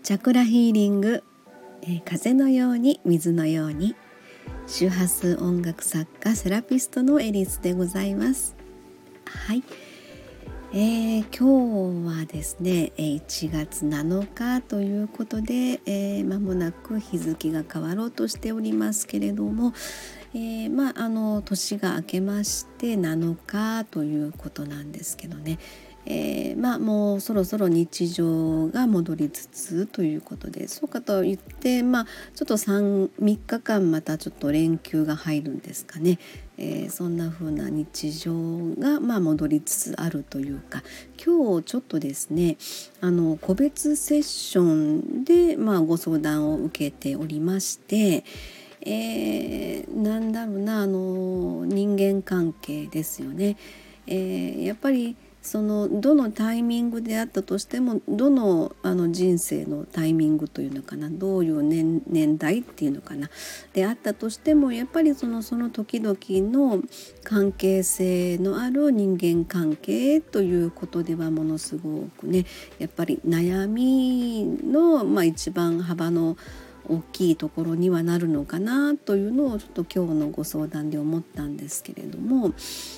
チャクラヒーリング、風のように水のように、周波数音楽作家セラピストのエリスでございます。はい、今日はですね1月7日ということで、間もなく日付が変わろうとしておりますけれども、年が明けまして7日ということなんですけどね、もうそろそろ日常が戻りつつということで、そうかといって、ちょっと3日間またちょっと連休が入るんですかね、そんな風な日常が戻りつつあるというか、今日ちょっとですね個別セッションでご相談を受けておりまして、なんだろうな人間関係ですよね。やっぱりどのタイミングであったとしても、どの人生のタイミングというのかな、どういう 年代っていうのかなであったとしても、やっぱりその時々の関係性のある人間関係ということではものすごくね、やっぱり悩みの、一番幅の大きいところにはなるのかなというのをちょっと今日のご相談で思ったんですけれども、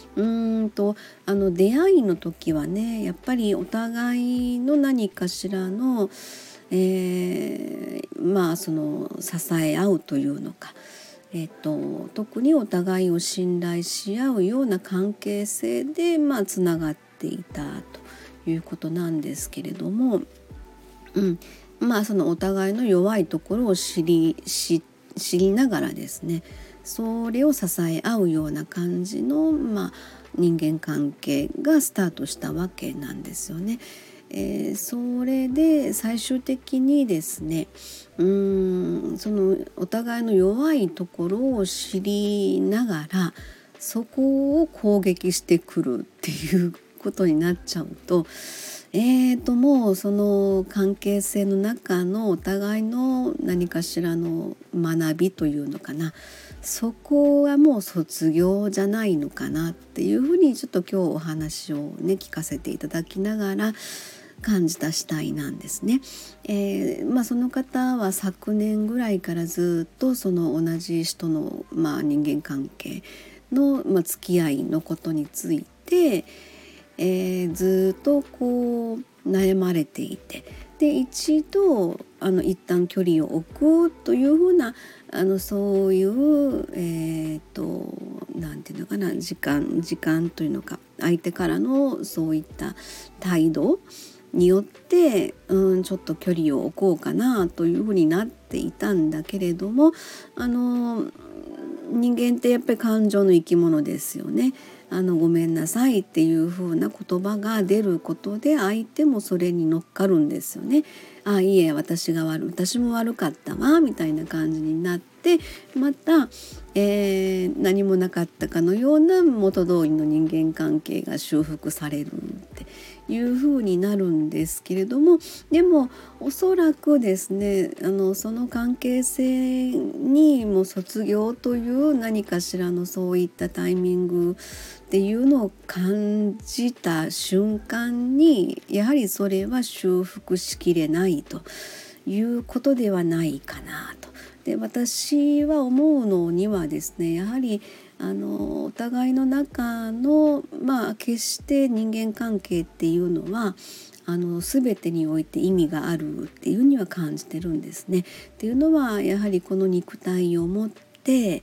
出会いの時はね、やっぱりお互いの何かしらの、支え合うというのか、特にお互いを信頼し合うような関係性でつながっていたということなんですけれども、そのお互いの弱いところを知りながらですね、それを支え合うような感じの、人間関係がスタートしたわけなんですよね。それで最終的にですね、そのお互いの弱いところを知りながら、そこを攻撃してくるっていうことになっちゃうと、もうその関係性の中のお互いの何かしらの学びというのかな、そこはもう卒業じゃないのかなっていうふうにちょっと今日お話をね聞かせていただきながら感じた次第なんですね。その方は昨年ぐらいからずっとその同じ人の、人間関係の、付き合いのことについてずっとこう悩まれていて、で一度一旦距離を置くというふうなそういうなんていうのかな、時間というのか、相手からのそういった態度によって、ちょっと距離を置こうかなというふうになっていたんだけれども、人間ってやっぱり感情の生き物ですよね。ごめんなさいっていう風な言葉が出ることで相手もそれに乗っかるんですよね。いえ私も悪かったわみたいな感じになって、また、何もなかったかのような元通りの人間関係が修復されるっていう風になるんですけれども、でもおそらくですねその関係性にも卒業という何かしらのそういったタイミングっていうのを感じた瞬間に、やはりそれは修復しきれないということではないかなと。で私は思うのにはですね、やはりお互いの中の決して人間関係っていうのは全てにおいて意味があるっていうには感じてるんですね。っていうのはやはりこの肉体を持って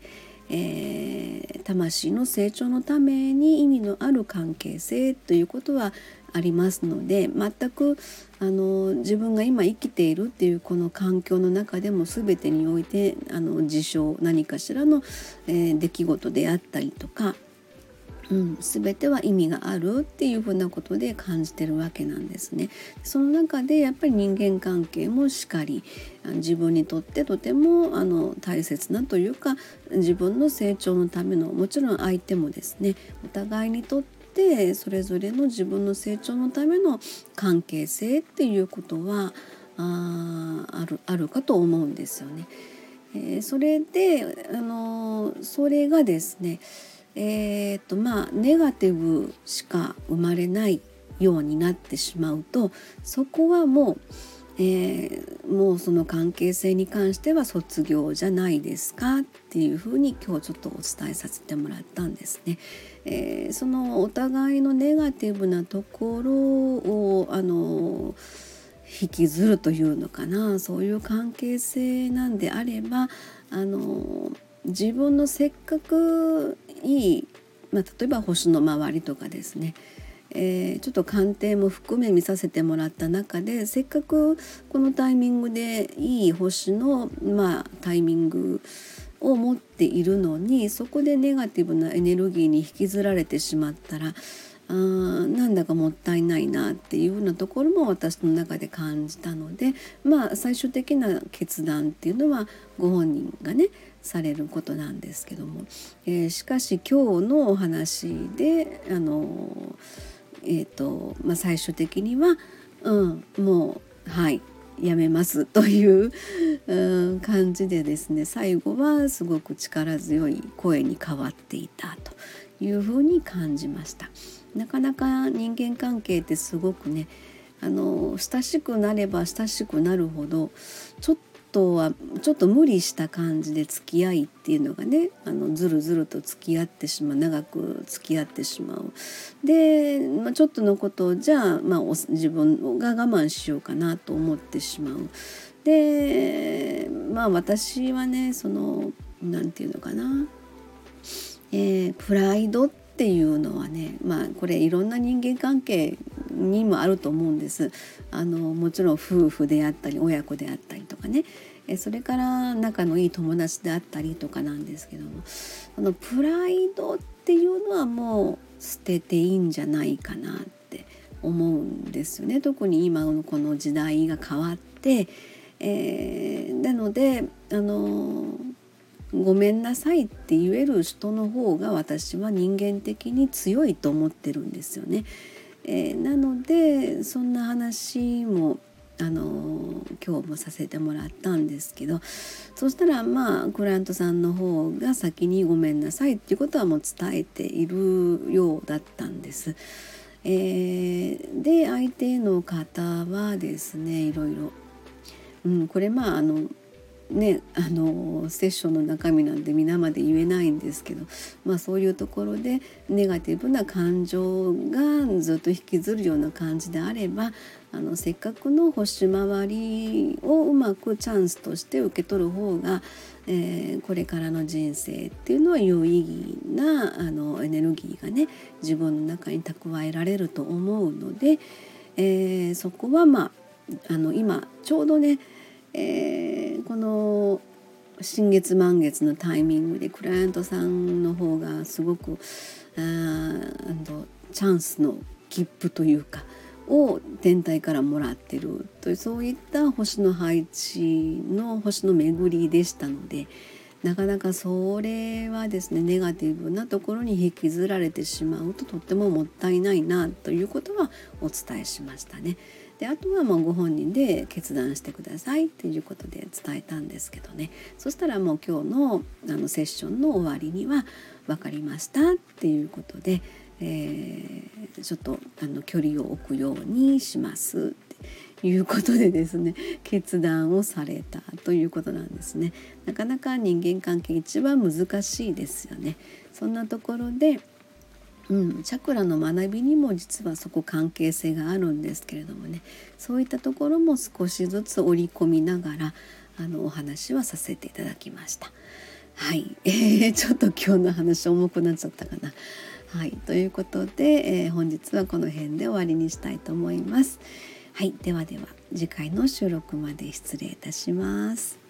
魂の成長のために意味のある関係性ということはありますので、全く自分が今生きているっていうこの環境の中でも全てにおいて事象何かしらの、出来事であったりとか、全ては意味があるっていうふうなことで感じてるわけなんですね。その中でやっぱり人間関係もしっかり自分にとってとても大切なというか、自分の成長のための、もちろん相手もですね、お互いにとってそれぞれの自分の成長のための関係性っていうことはあるかと思うんですよね。それでそれがですねネガティブしか生まれないようになってしまうと、そこはももうその関係性に関しては卒業じゃないですかっていうふうに今日ちょっとお伝えさせてもらったんですね。そのお互いのネガティブなところを引きずるというのかな、そういう関係性なんであれば自分のせっかくいい、例えば星の周りとかですね、ちょっと鑑定も含め見させてもらった中で、せっかくこのタイミングでいい星の、タイミングを持っているのに、そこでネガティブなエネルギーに引きずられてしまったらなんだかもったいないなっていうようなところも私の中で感じたので、最終的な決断っていうのはご本人がねされることなんですけども、しかし今日のお話で最終的には、もうやめますという、感じでですね、最後はすごく力強い声に変わっていたというふうに感じました。なかなか人間関係ってすごくね、親しくなれば親しくなるほどちょっと無理した感じで付き合いっていうのがね、ずるずると付き合ってしまう、長く付き合ってしまう。で、ちょっとのことをじゃあ、自分が我慢しようかなと思ってしまう。で、私はね、なんていうのかな、プライドっていうのはね、これいろんな人間関係にもあると思うんです。もちろん夫婦であったり親子であったりとかね、それから仲のいい友達であったりとかなんですけども、プライドっていうのはもう捨てていいんじゃないかなって思うんですよね。特に今のこの時代が変わって、なのでごめんなさいって言える人の方が私は人間的に強いと思ってるんですよね。なのでそんな話も今日もさせてもらったんですけど、そしたらクライアントさんの方が先にごめんなさいっていうことはもう伝えているようだったんです。で相手の方はですね、いろいろ、これセッションの中身なんで皆まで言えないんですけど、そういうところでネガティブな感情がずっと引きずるような感じであれば、せっかくの星回りをうまくチャンスとして受け取る方が、これからの人生っていうのは有意義なエネルギーがね自分の中に蓄えられると思うので、そこは今ちょうどねこの新月満月のタイミングでクライアントさんの方がすごくチャンスの切符というかを天体からもらってるという、そういった星の配置の星の巡りでしたので、なかなかそれはですねネガティブなところに引きずられてしまうととってももったいないなということはお伝えしましたね。であとはご本人で決断してくださいということで伝えたんですけどね、そしたらもう今日のセッションの終わりには分かりましたっていうことで、ちょっと距離を置くようにしますっていうことでですね決断をされたということなんですね。なかなか人間関係一番難しいですよね。そんなところでチャクラの学びにも実はそこ関係性があるんですけれどもね、そういったところも少しずつ織り込みながらお話はさせていただきました。はい、ちょっと今日の話重くなっちゃったかな。はい、ということで、本日はこの辺で終わりにしたいと思います。はい、ではでは次回の収録まで失礼いたします。